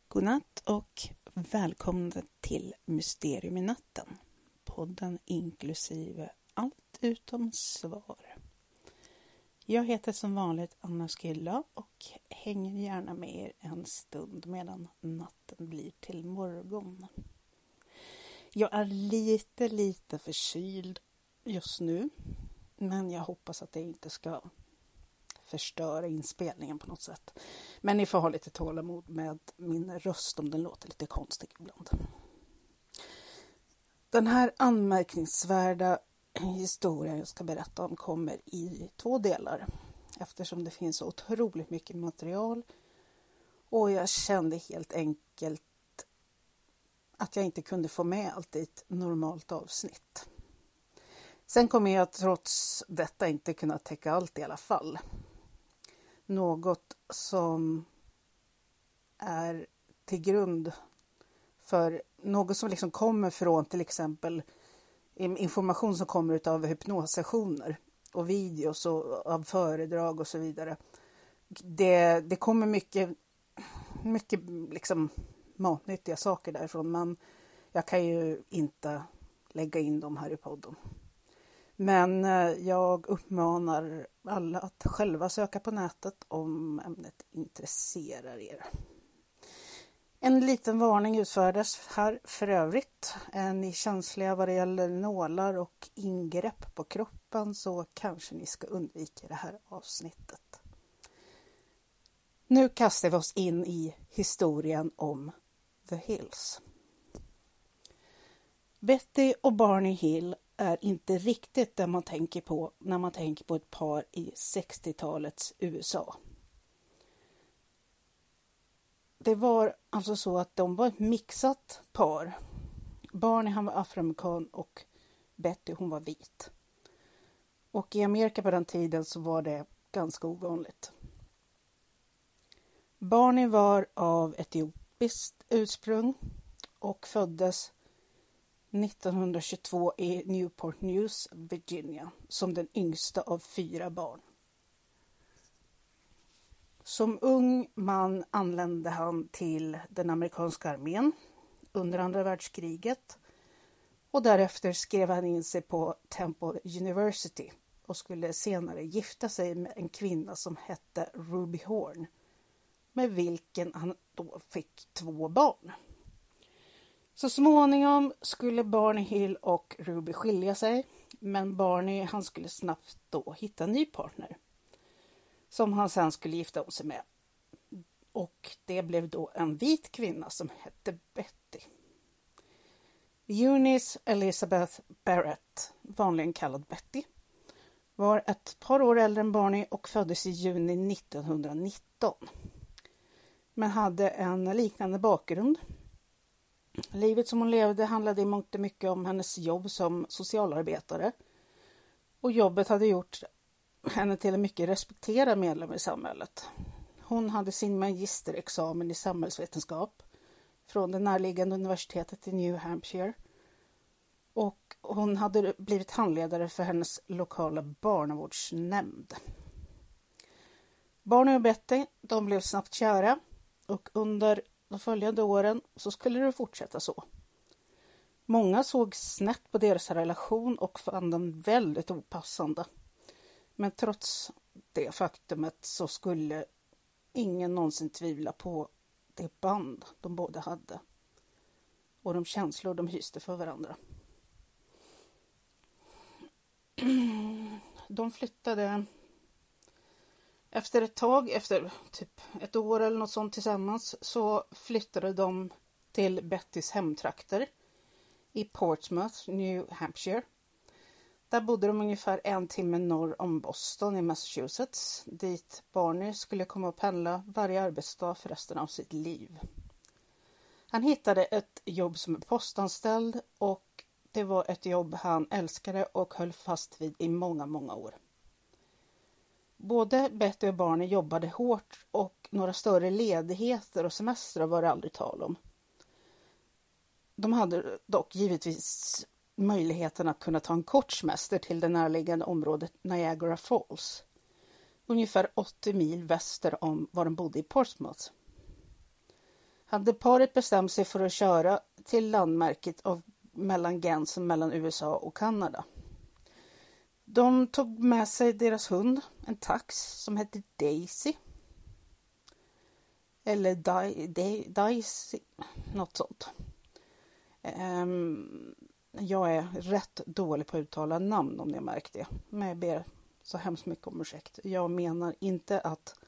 Godnatt och välkomna till Mysterium i natten. Podden inklusive allt utom svar. Jag heter som vanligt Anna Skylla och hänger gärna med er en stund medan natten blir till morgon. Jag är lite förkyld just nu, men jag hoppas att det inte ska förstöra inspelningen på något sätt. Men ni får ha lite tålamod med min röst om den låter lite konstig ibland. Den här anmärkningsvärda historien jag ska berätta om kommer i 2 delar. Eftersom det finns så otroligt mycket material och jag kände helt enkelt att jag inte kunde få med allt i ett normalt avsnitt. Sen kommer jag trots detta inte kunna täcka allt i alla fall. Något som är till grund för något som liksom kommer från till exempel information som kommer av hypnossessioner och videos och av föredrag och så vidare. Det kommer mycket liksom matnyttiga saker därifrån, men jag kan ju inte lägga in dem här i podden. Men jag uppmanar alla att själva söka på nätet om ämnet intresserar er. En liten varning utfärdas här för övrigt. Är ni känsliga vad det gäller nålar och ingrepp på kroppen så kanske ni ska undvika det här avsnittet. Nu kastar vi oss in i historien om The Hills. Betty och Barney Hill är inte riktigt det man tänker på när man tänker på ett par i 60-talets USA. Det var alltså så att de var ett mixat par. Barney han var afroamerikan och Betty hon var vit. Och i Amerika på den tiden så var det ganska ovanligt. Barney var av etiopiskt ursprung och föddes 1922 i Newport News, Virginia, som den yngsta av 4 barn. Som ung man anlände han till den amerikanska armén under andra världskriget och därefter skrev han in sig på Temple University och skulle senare gifta sig med en kvinna som hette Ruby Horn, med vilken han då fick 2 barn. Så småningom skulle Barney Hill och Ruby skilja sig, men Barney han skulle snabbt då hitta en ny partner som han sen skulle gifta om sig med. Och det blev då en vit kvinna som hette Betty. Eunice Elizabeth Barrett, vanligen kallad Betty, var ett par år äldre än Barney och föddes i juni 1919. Men hade en liknande bakgrund. Livet som hon levde handlade i mångt och mycket om hennes jobb som socialarbetare. Och jobbet hade gjort henne till en mycket respekterad medlem i samhället. Hon hade sin magisterexamen i samhällsvetenskap från det närliggande universitetet i New Hampshire. Och hon hade blivit handledare för hennes lokala barnavårdsnämnd. Barney och Betty, de blev snabbt kära och under de följande åren så skulle det fortsätta så. Många såg snett på deras relation och fann den väldigt opassande. Men trots det faktumet så skulle ingen någonsin tvivla på det band de båda hade. Och de känslor de hyste för varandra. De flyttade efter ett tag, efter typ 1 år eller något sånt tillsammans, så flyttade de till Bettys hemtrakter i Portsmouth, New Hampshire. Där bodde de ungefär 1 timme norr om Boston i Massachusetts, dit Barney skulle komma och pendla varje arbetsdag för resten av sitt liv. Han hittade ett jobb som postanställd och det var ett jobb han älskade och höll fast vid i många år. Både Betty och Barney jobbade hårt och några större ledigheter och semestrar var det aldrig tal om. De hade dock givetvis möjligheten att kunna ta en kort semester till det närliggande området Niagara Falls. Ungefär 80 mil väster om var de bodde i Portsmouth. hade paret bestämt sig för att köra till landmärket mellan gränsen mellan USA och Kanada. De tog med sig deras hund, en tax som hette Daisy. Eller Daisy, något sånt. Jag är rätt dålig på att uttala namn om ni har märkt det. Men jag ber så hemskt mycket om ursäkt. Jag menar inte att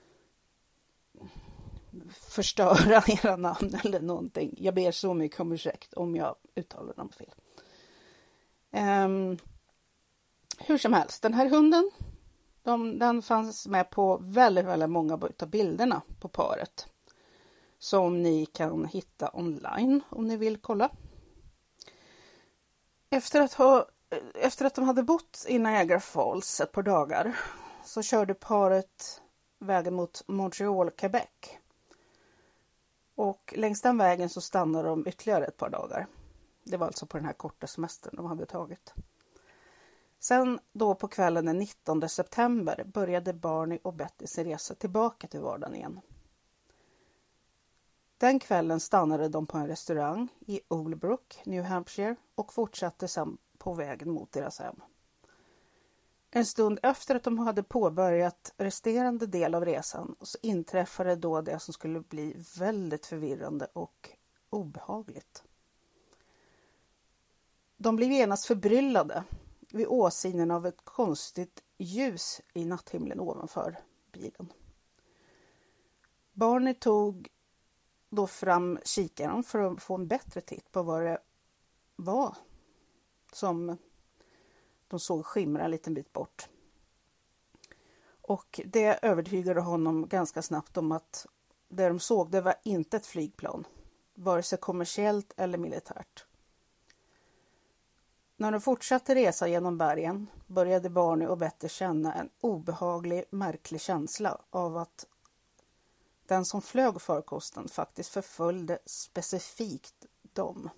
förstöra era namn eller någonting. Jag ber så mycket om ursäkt om jag uttalar dem fel. Hur som helst, den här hunden, den fanns med på väldigt, väldigt många av bilderna på paret. Som ni kan hitta online om ni vill kolla. Efter att de hade bott i Niagara Falls ett par dagar så körde paret vägen mot Montreal, Quebec. Och längs den vägen så stannade de ytterligare ett par dagar. Det var alltså på den här korta semestern de hade tagit. Sen då på kvällen den 19 september började Barney och Betty sin resa tillbaka till vardagen igen. Den kvällen stannade de på en restaurang i Oldbrook, New Hampshire och fortsatte sedan på vägen mot deras hem. En stund efter att de hade påbörjat resterande del av resan så inträffade då det som skulle bli väldigt förvirrande och obehagligt. De blev genast förbryllade vid åsynen av ett konstigt ljus i natthimlen ovanför bilen. Barney tog då fram kikaren för att få en bättre titt på vad det var som de såg skimra en liten bit bort. Och det övertygade honom ganska snabbt om att det de såg, det var inte ett flygplan, vare sig kommersiellt eller militärt. När de fortsatte resa genom bergen började Barney och Betty känna en obehaglig, märklig känsla av att den som flög farkosten faktiskt förföljde specifikt dem.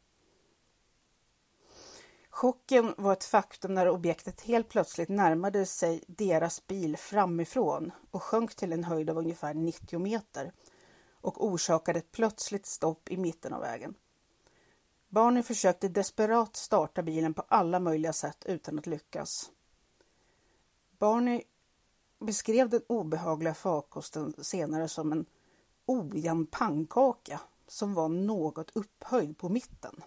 Chocken var ett faktum när objektet helt plötsligt närmade sig deras bil framifrån och sjönk till en höjd av ungefär 90 meter och orsakade ett plötsligt stopp i mitten av vägen. Barney försökte desperat starta bilen på alla möjliga sätt utan att lyckas. Barney beskrev den obehagliga farkosten senare som en ojämn pannkaka som var något upphöjd på mitten.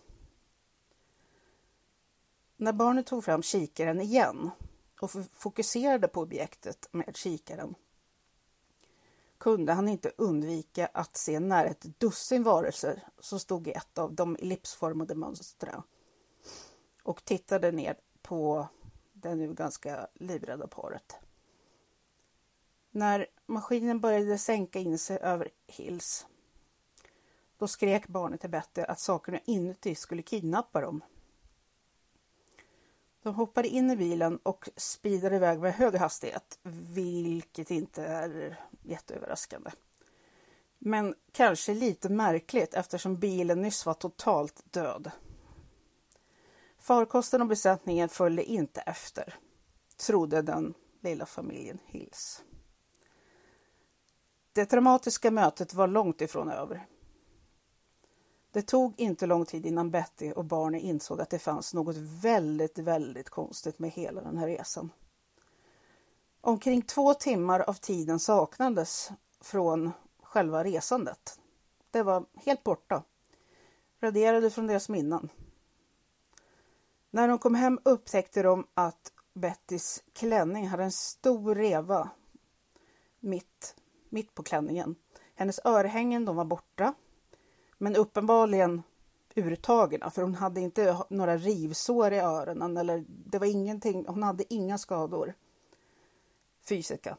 När Barney tog fram kikaren igen och fokuserade på objektet med kikaren kunde han inte undvika att se nära ett dussin varelser som stod i ett av de ellipsformade mönstren och tittade ner på det nu ganska livrädda paret. När maskinen började sänka in sig över Hills, då skrek Barney till Betty att sakerna inuti skulle kidnappa dem. De hoppade in i bilen och speedade iväg med hög hastighet, vilket inte är jätteöverraskande. Men kanske lite märkligt eftersom bilen nyss var totalt död. Farkosten och besättningen följde inte efter, trodde den lilla familjen Hills. Det dramatiska mötet var långt ifrån över. Det tog inte lång tid innan Betty och Barney insåg att det fanns något väldigt, väldigt konstigt med hela den här resan. Omkring 2 timmar av tiden saknades från själva resandet. Det var helt borta. Raderade från deras minnen. När de kom hem upptäckte de att Bettys klänning hade en stor reva mitt på klänningen. Hennes örhängen, de var borta. Men uppenbarligen urtagna, för hon hade inte några rivsår i öronen eller det var ingenting, hon hade inga skador fysiska.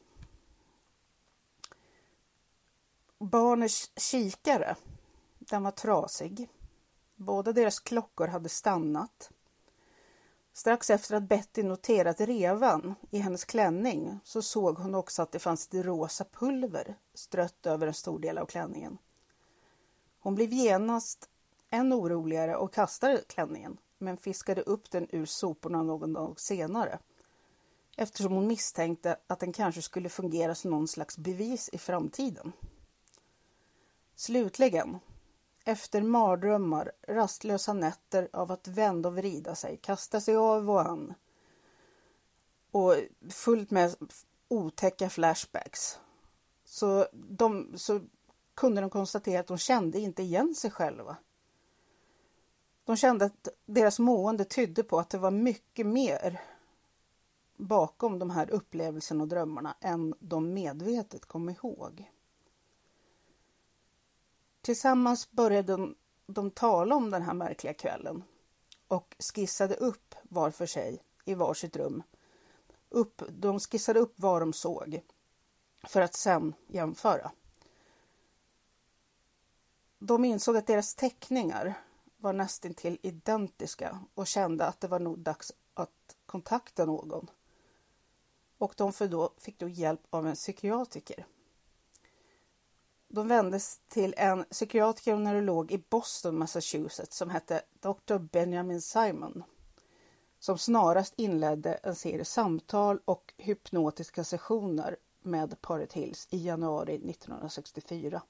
Barners kikare, den var trasig. Båda deras klockor hade stannat. Strax efter att Betty noterat revan i hennes klänning så såg hon också att det fanns ett rosa pulver strött över en stor del av klänningen. Hon blev genast än oroligare och kastade klänningen, men fiskade upp den ur soporna någon dag senare, eftersom hon misstänkte att den kanske skulle fungera som någon slags bevis i framtiden. Slutligen, efter mardrömmar, rastlösa nätter av att vända och vrida sig, kasta sig av och an och fullt med otäcka flashbacks, så kunde de konstatera att de kände inte igen sig själva. De kände att deras mående tydde på att det var mycket mer bakom de här upplevelserna och drömmarna än de medvetet kom ihåg. Tillsammans började de tala om den här märkliga kvällen och skissade upp var för sig i varsitt rum. De skissade upp vad de såg för att sen jämföra. De insåg att deras teckningar var nästintill identiska och kände att det var nog dags att kontakta någon. Och de fick då hjälp av en psykiatriker. De vändes till en psykiatriker och neurolog i Boston, Massachusetts som hette Dr. Benjamin Simon, som snarast inledde en serie samtal och hypnotiska sessioner med paret Hills i januari 1964.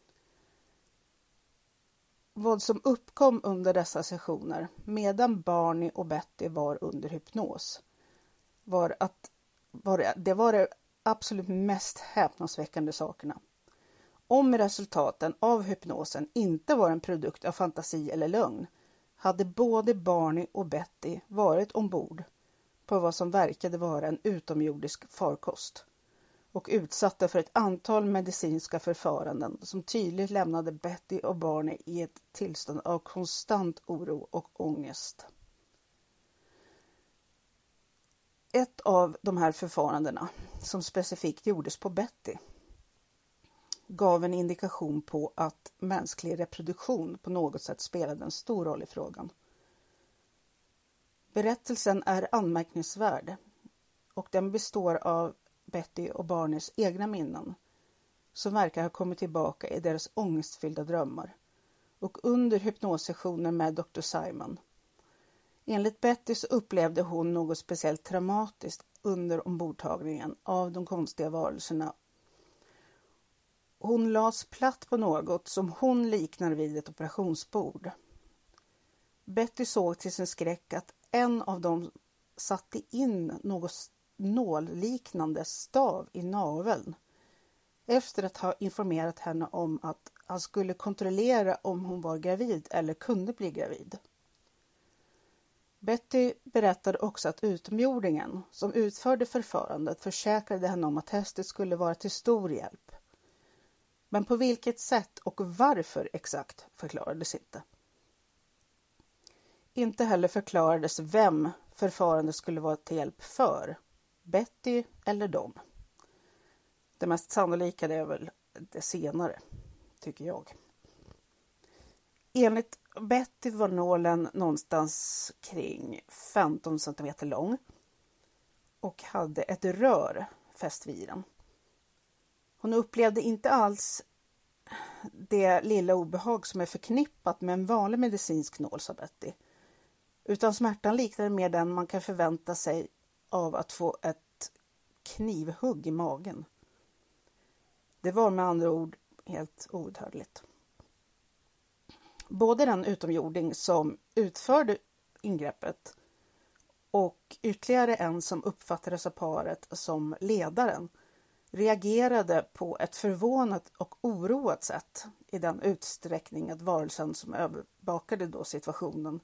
Vad som uppkom under dessa sessioner medan Barney och Betty var under hypnos var det absolut mest häpnadsväckande sakerna. Om resultaten av hypnosen inte var en produkt av fantasi eller lögn hade både Barney och Betty varit ombord på vad som verkade vara en utomjordisk farkost och utsatta för ett antal medicinska förfaranden som tydligt lämnade Betty och Barney i ett tillstånd av konstant oro och ångest. Ett av de här förfarandena, som specifikt gjordes på Betty, gav en indikation på att mänsklig reproduktion på något sätt spelade en stor roll i frågan. Berättelsen är anmärkningsvärd och den består av Betty och Barneys egna minnen som verkar ha kommit tillbaka i deras ångestfyllda drömmar och under hypnossessionen med Dr. Simon. Enligt Betty så upplevde hon något speciellt traumatiskt under ombordtagningen av de konstiga varelserna. Hon lades platt på något som hon liknade vid ett operationsbord. Betty såg till sin skräck att en av dem satte in något nålliknande stav i naveln efter att ha informerat henne om att han skulle kontrollera om hon var gravid eller kunde bli gravid. Betty berättade också att utomjordingen som utförde förfarandet försäkrade henne om att testet skulle vara till stor hjälp. Men på vilket sätt och varför exakt förklarades inte. Inte heller förklarades vem förfarandet skulle vara till hjälp för, Betty eller dem. Det mest sannolika är väl det senare, tycker jag. Enligt Betty var nålen någonstans kring 15 cm lång och hade ett rör fäst vid den. Hon upplevde inte alls det lilla obehag som är förknippat med en vanlig medicinsk nål, sa Betty. Utan smärtan liknade mer den man kan förvänta sig av att få ett knivhugg i magen. Det var med andra ord helt outhärdligt. Både den utomjording som utförde ingreppet och ytterligare en som uppfattades av paret som ledaren reagerade på ett förvånat och oroat sätt i den utsträckning att varelsen som övervakade då situationen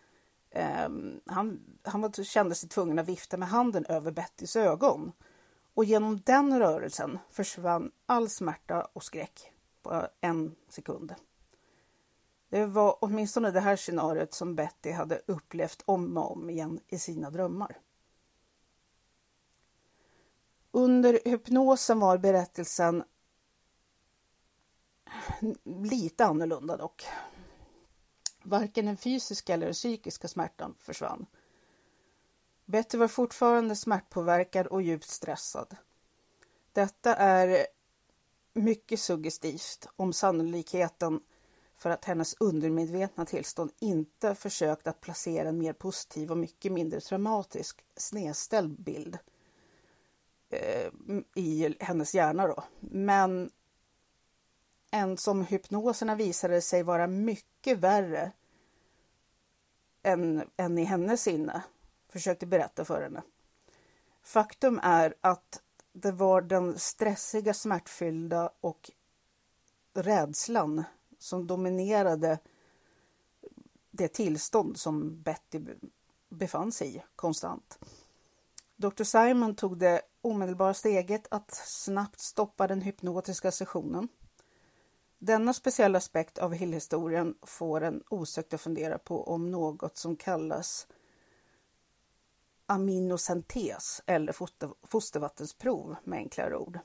han kände sig tvungen att vifta med handen över Bettys ögon och genom den rörelsen försvann all smärta och skräck på 1 sekund. Det var åtminstone det här scenariot som Betty hade upplevt om och om igen i sina drömmar. Under hypnosen var berättelsen lite annorlunda dock. Varken den fysiska eller den psykiska smärtan försvann. Betty var fortfarande smärtpåverkad och djupt stressad. Detta är mycket suggestivt om sannolikheten för att hennes undermedvetna tillstånd inte försökt att placera en mer positiv och mycket mindre traumatisk snedställd bild i hennes hjärna då. Men en som hypnoserna visade sig vara mycket värre än i hennes sinne försökte berätta för henne. Faktum är att det var den stressiga, smärtfyllda och rädslan som dominerade det tillstånd som Betty befann sig i konstant. Dr. Simon tog det omedelbara steget att snabbt stoppa den hypnotiska sessionen. Denna speciella aspekt av Hill-historien får en osökt att fundera på om något som kallas aminosyntes eller fostervattensprov med enklare ord.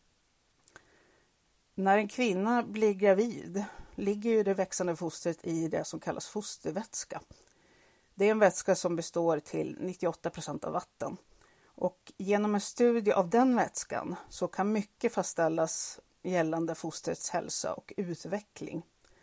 När en kvinna blir gravid ligger ju det växande fostret i det som kallas fostervätska. Det är en vätska som består till 98% av vatten. Och genom en studie av den vätskan så kan mycket fastställas gällande fostrets hälsa och utveckling.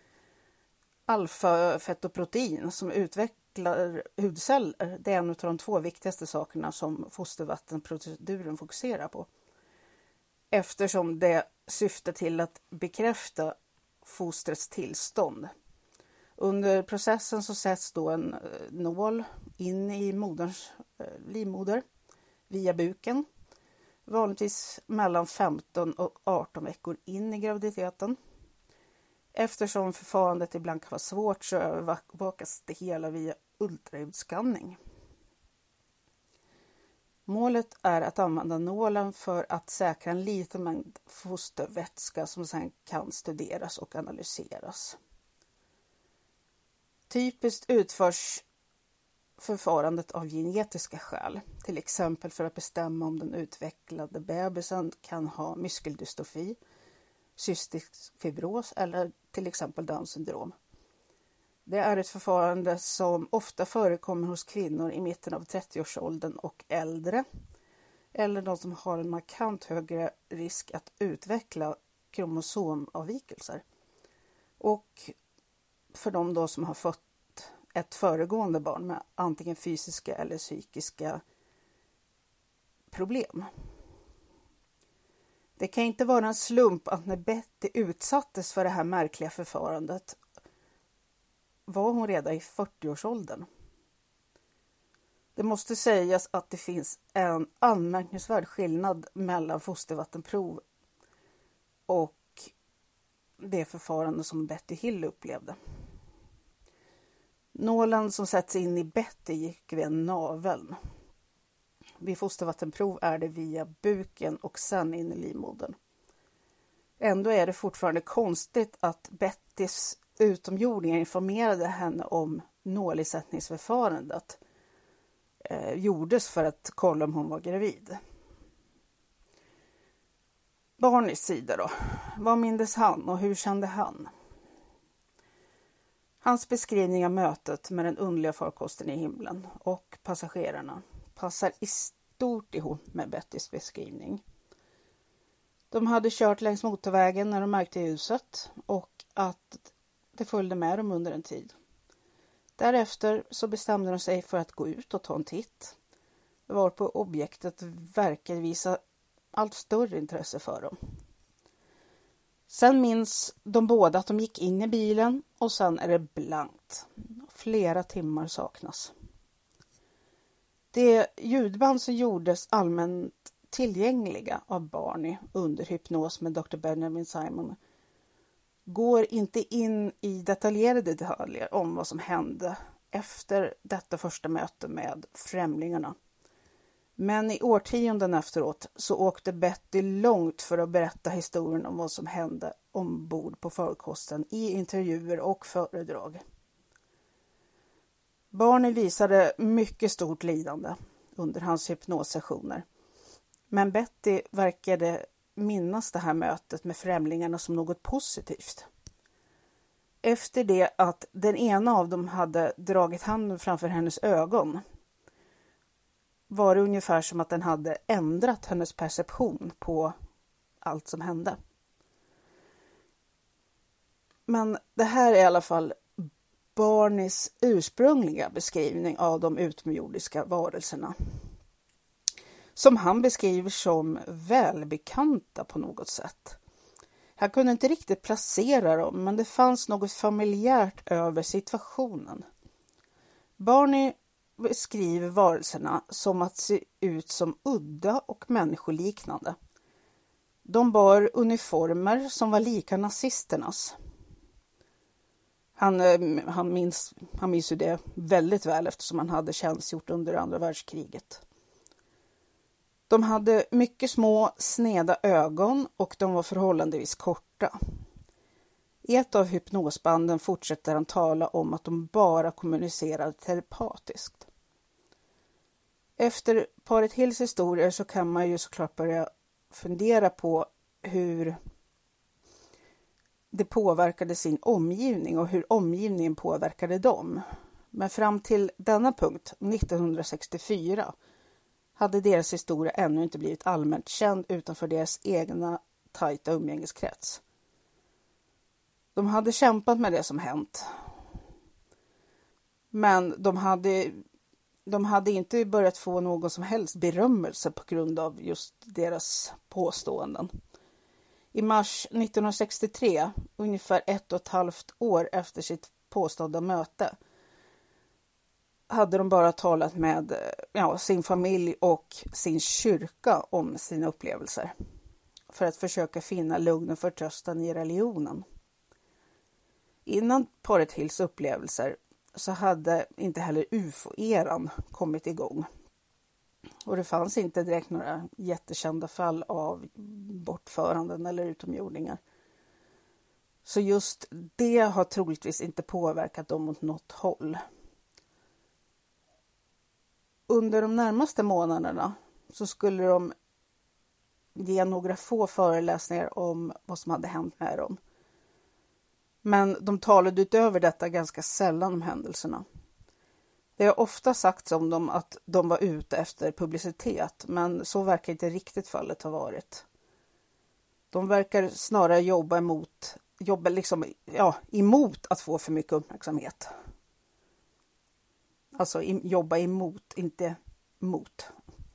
Alfa-fetoprotein som utvecklar hudceller, det är en av de 2 viktigaste sakerna som fostervattenproceduren fokuserar på. Eftersom det syftar till att bekräfta fostrets tillstånd. Under processen så sätts då en nål in i moderns livmoder via buken. Vanligtvis mellan 15 och 18 veckor in i graviditeten. Eftersom förfarandet ibland kan vara svårt så övervakas det hela via ultraljudskanning. Målet är att använda nålen för att säkra en liten mängd fostervätska som sedan kan studeras och analyseras. Typiskt utförs förfarandet av genetiska skäl, till exempel för att bestämma om den utvecklade bebisen kan ha muskeldystrofi, cystisk fibros eller till exempel Downs syndrom. Det är ett förfarande som ofta förekommer hos kvinnor i mitten av 30-årsåldern och äldre, eller de som har en markant högre risk att utveckla kromosomavvikelser. Och för de då som har fått ett föregående barn med antingen fysiska eller psykiska problem. Det kan inte vara en slump att när Betty utsattes för det här märkliga förfarandet var hon redan i 40-årsåldern. Det måste sägas att det finns en anmärkningsvärd skillnad mellan fostervattenprov och det förfarande som Betty Hill upplevde. Nålen som sätts in i Betty gick via naveln. Vid fostervattenprov är det via buken och sen in i livmodern. Ändå är det fortfarande konstigt att Bettys utomjordingar informerade henne om nålisättningsförfarandet gjordes för att kolla om hon var gravid. Barnys sida då. Vad mindes han och hur kände han? Hans beskrivning av mötet med den underliga farkosten i himlen och passagerarna passar i stort ihop med Bettys beskrivning. De hade kört längs motorvägen när de märkte ljuset och att det följde med dem under en tid. Därefter så bestämde de sig för att gå ut och ta en titt. Varpå objektet verkade visa allt större intresse för dem. Sen minns de båda att de gick in i bilen och sen är det blankt. Flera timmar saknas. Det ljudband som gjordes allmänt tillgängliga av Barney under hypnos med Dr. Benjamin Simon går inte in i detaljerade detaljer om vad som hände efter detta första möte med främlingarna. Men i årtionden efteråt så åkte Betty långt för att berätta historien om vad som hände ombord på farkosten i intervjuer och föredrag. Barney visade mycket stort lidande under hans hypnossessioner. Men Betty verkade minnas det här mötet med främlingarna som något positivt. Efter det att den ena av dem hade dragit handen framför hennes ögon var det ungefär som att den hade ändrat hennes perception på allt som hände. Men det här är i alla fall Barneys ursprungliga beskrivning av de utomjordiska varelserna. Som han beskriver som välbekanta på något sätt. Han kunde inte riktigt placera dem, men det fanns något familjärt över situationen. Barney beskriver varelserna som att se ut som udda och människoliknande. De bar uniformer som var lika nazisternas. Han minns ju det väldigt väl eftersom han hade tjänstgjort under andra världskriget. De hade mycket små sneda ögon och de var förhållandevis korta. I ett av hypnosbanden fortsätter han tala om att de bara kommunicerade telepatiskt. Efter paret Hills historier så kan man ju såklart börja fundera på hur det påverkade sin omgivning och hur omgivningen påverkade dem. Men fram till denna punkt, 1964, hade deras historia ännu inte blivit allmänt känd utanför deras egna tajta umgängeskrets. De hade kämpat med det som hänt. Men de hade inte börjat få någon som helst berömmelse på grund av just deras påståenden. I mars 1963, ungefär 1,5 år efter sitt påstådda möte, hade de bara talat med sin familj och sin kyrka om sina upplevelser för att försöka finna lugn och förtröstan i religionen. Innan paret Hills upplevelser så hade inte heller UFO-eran kommit igång. Och det fanns inte direkt några jättekända fall av bortföranden eller utomjordingar. Så just det har troligtvis inte påverkat dem åt något håll. Under de närmaste månaderna så skulle de ge några få föreläsningar om vad som hade hänt med dem. Men de talade utöver detta ganska sällan om händelserna. Det har ofta sagts om dem att de var ute efter publicitet, men så verkar inte riktigt fallet ha varit. De verkar snarare jobba emot att få för mycket uppmärksamhet. Alltså jobba emot, inte mot.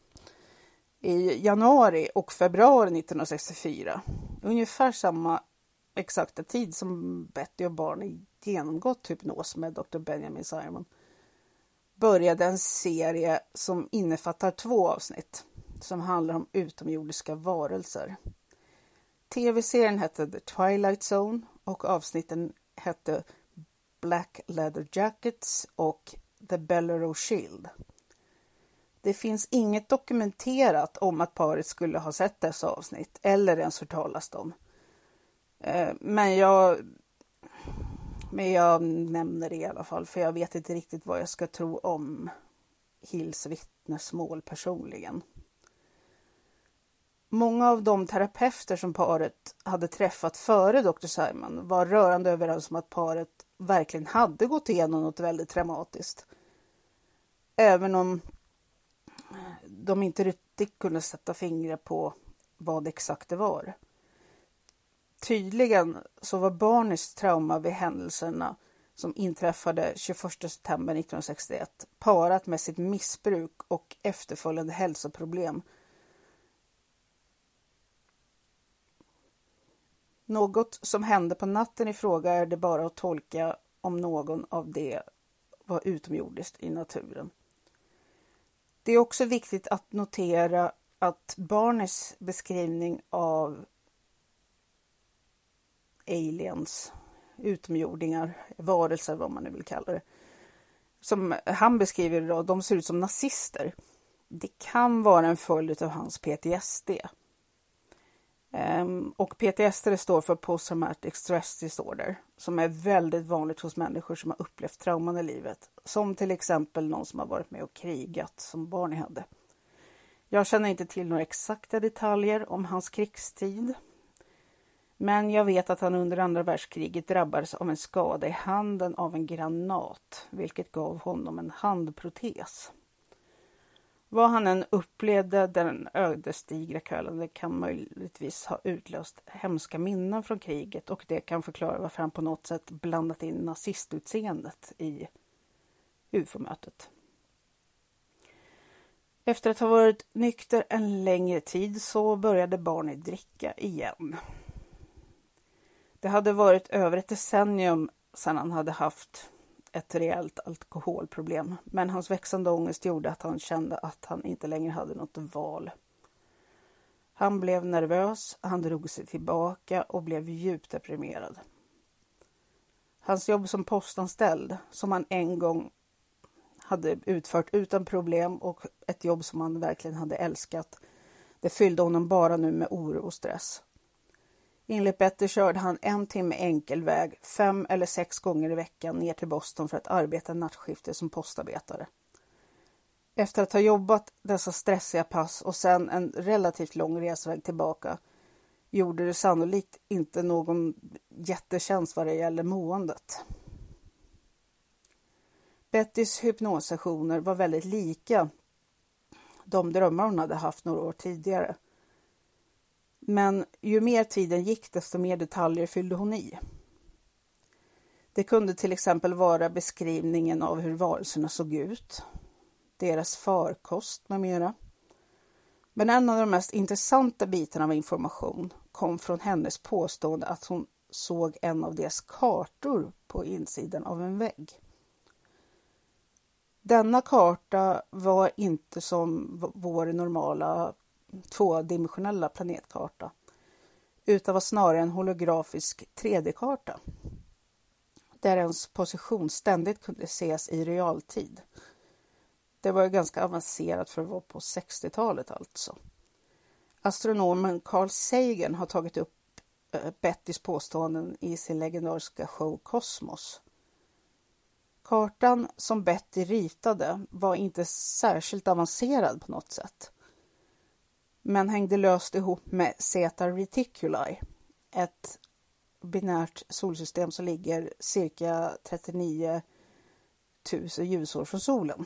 I januari och februari 1964, ungefär samma exakta tid som Betty och Barney genomgått hypnos med Dr. Benjamin Simon, började en serie som innefattar 2 avsnitt som handlar om utomjordiska varelser. TV-serien hette The Twilight Zone och avsnitten hette Black Leather Jackets och The Bellero Shield. Det finns inget dokumenterat om att paret skulle ha sett dessa avsnitt eller ens hört talas om. Men jag nämner det i alla fall, för jag vet inte riktigt vad jag ska tro om Hills vittnesmål personligen. Många av de terapeuter som paret hade träffat före Dr. Simon var rörande överens om att paret verkligen hade gått igenom något väldigt traumatiskt. Även om de inte riktigt kunde sätta fingrar på vad exakt det var. Tydligen så var Barneys trauma vid händelserna som inträffade 21 september 1961 parat med sitt missbruk och efterföljande hälsoproblem. Något som hände på natten i fråga är det bara att tolka om någon av det var utomjordiskt i naturen. Det är också viktigt att notera att Barneys beskrivning av aliens, utomjordingar, varelser, vad man nu vill kalla det, som han beskriver idag, de ser ut som nazister. Det kan vara en följd av hans PTSD. Och PTSD står för Post Traumatic Stress Disorder, som är väldigt vanligt hos människor som har upplevt trauman i livet. Som till exempel någon som har varit med och krigat, som Barney hade. Jag känner inte till några exakta detaljer om hans krigstid. Men jag vet att han under andra världskriget drabbades av en skada i handen av en granat, vilket gav honom en handprotes. Vad han än upplevde den ödesdigra kvällen, det kan möjligtvis ha utlöst hemska minnen från kriget, och det kan förklara varför han på något sätt blandat in nazistutseendet i UFO-mötet. Efter att ha varit nykter en längre tid så började Barney dricka igen. Det hade varit över ett decennium sedan han hade haft ett rejält alkoholproblem, men hans växande ångest gjorde att han kände att han inte längre hade något val. Han blev nervös, han drog sig tillbaka och blev djupt deprimerad. Hans jobb som postanställd, som han en gång hade utfört utan problem och ett jobb som han verkligen hade älskat, det fyllde honom bara nu med oro och stress. Enligt Betty körde han 1 timme enkel väg 5 eller 6 gånger i veckan ner till Boston för att arbeta nattskifte som postarbetare. Efter att ha jobbat dessa stressiga pass och sen en relativt lång resväg tillbaka gjorde det sannolikt inte någon jättetjänst vad det gäller måendet. Bettys hypnossessioner var väldigt lika de drömmar hon hade haft några år tidigare. Men ju mer tiden gick desto mer detaljer fyllde hon i. Det kunde till exempel vara beskrivningen av hur varelserna såg ut, deras farkost med mera. Men en av de mest intressanta bitarna av information kom från hennes påstående att hon såg en av deras kartor på insidan av en vägg. Denna karta var inte som vår normala tvådimensionella planetkarta, utan var snarare en holografisk 3D-karta, där ens position ständigt kunde ses i realtid. Det var ganska avancerat för att vara på 60-talet alltså. Astronomen Carl Sagan har tagit upp Bettys påståenden i sin legendariska show Kosmos. Kartan som Betty ritade var inte särskilt avancerad på något sätt, men hängde löst ihop med Zeta Reticuli, ett binärt solsystem som ligger cirka 39 000 ljusår från solen.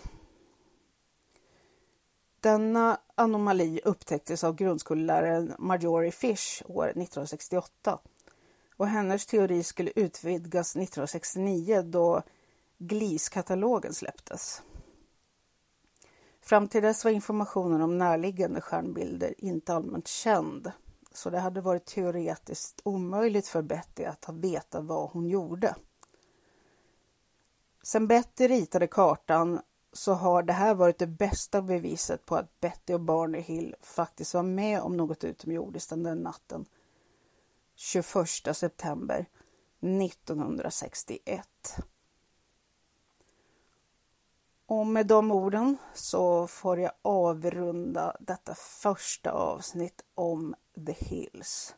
Denna anomali upptäcktes av grundskolläraren Marjorie Fish år 1968 och hennes teori skulle utvidgas 1969 då Gliese-katalogen släpptes. Fram till dess var informationen om närliggande stjärnbilder inte allmänt känd, så det hade varit teoretiskt omöjligt för Betty att veta vad hon gjorde. Sen Betty ritade kartan så har det här varit det bästa beviset på att Betty och Barney Hill faktiskt var med om något utomjordiskt den natten 21 september 1961. Och med de orden så får jag avrunda detta första avsnitt om The Hills.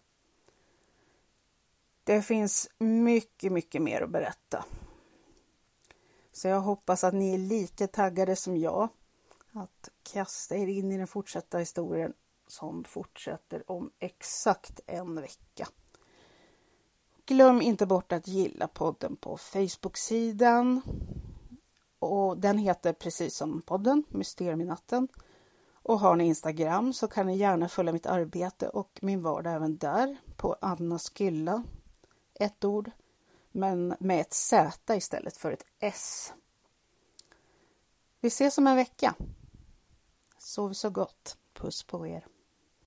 Det finns mycket mer att berätta. Så jag hoppas att ni är lika taggade som jag att kasta er in i den fortsatta historien som fortsätter om exakt en vecka. Glöm inte bort att gilla podden på Facebook-sidan. Och den heter precis som podden, Mysterium i natten. Och har ni Instagram så kan ni gärna följa mitt arbete och min vardag även där på Anna Skylla. Ett ord, men med ett Z istället för ett S. Vi ses om en vecka. Sov så gott. Puss på er.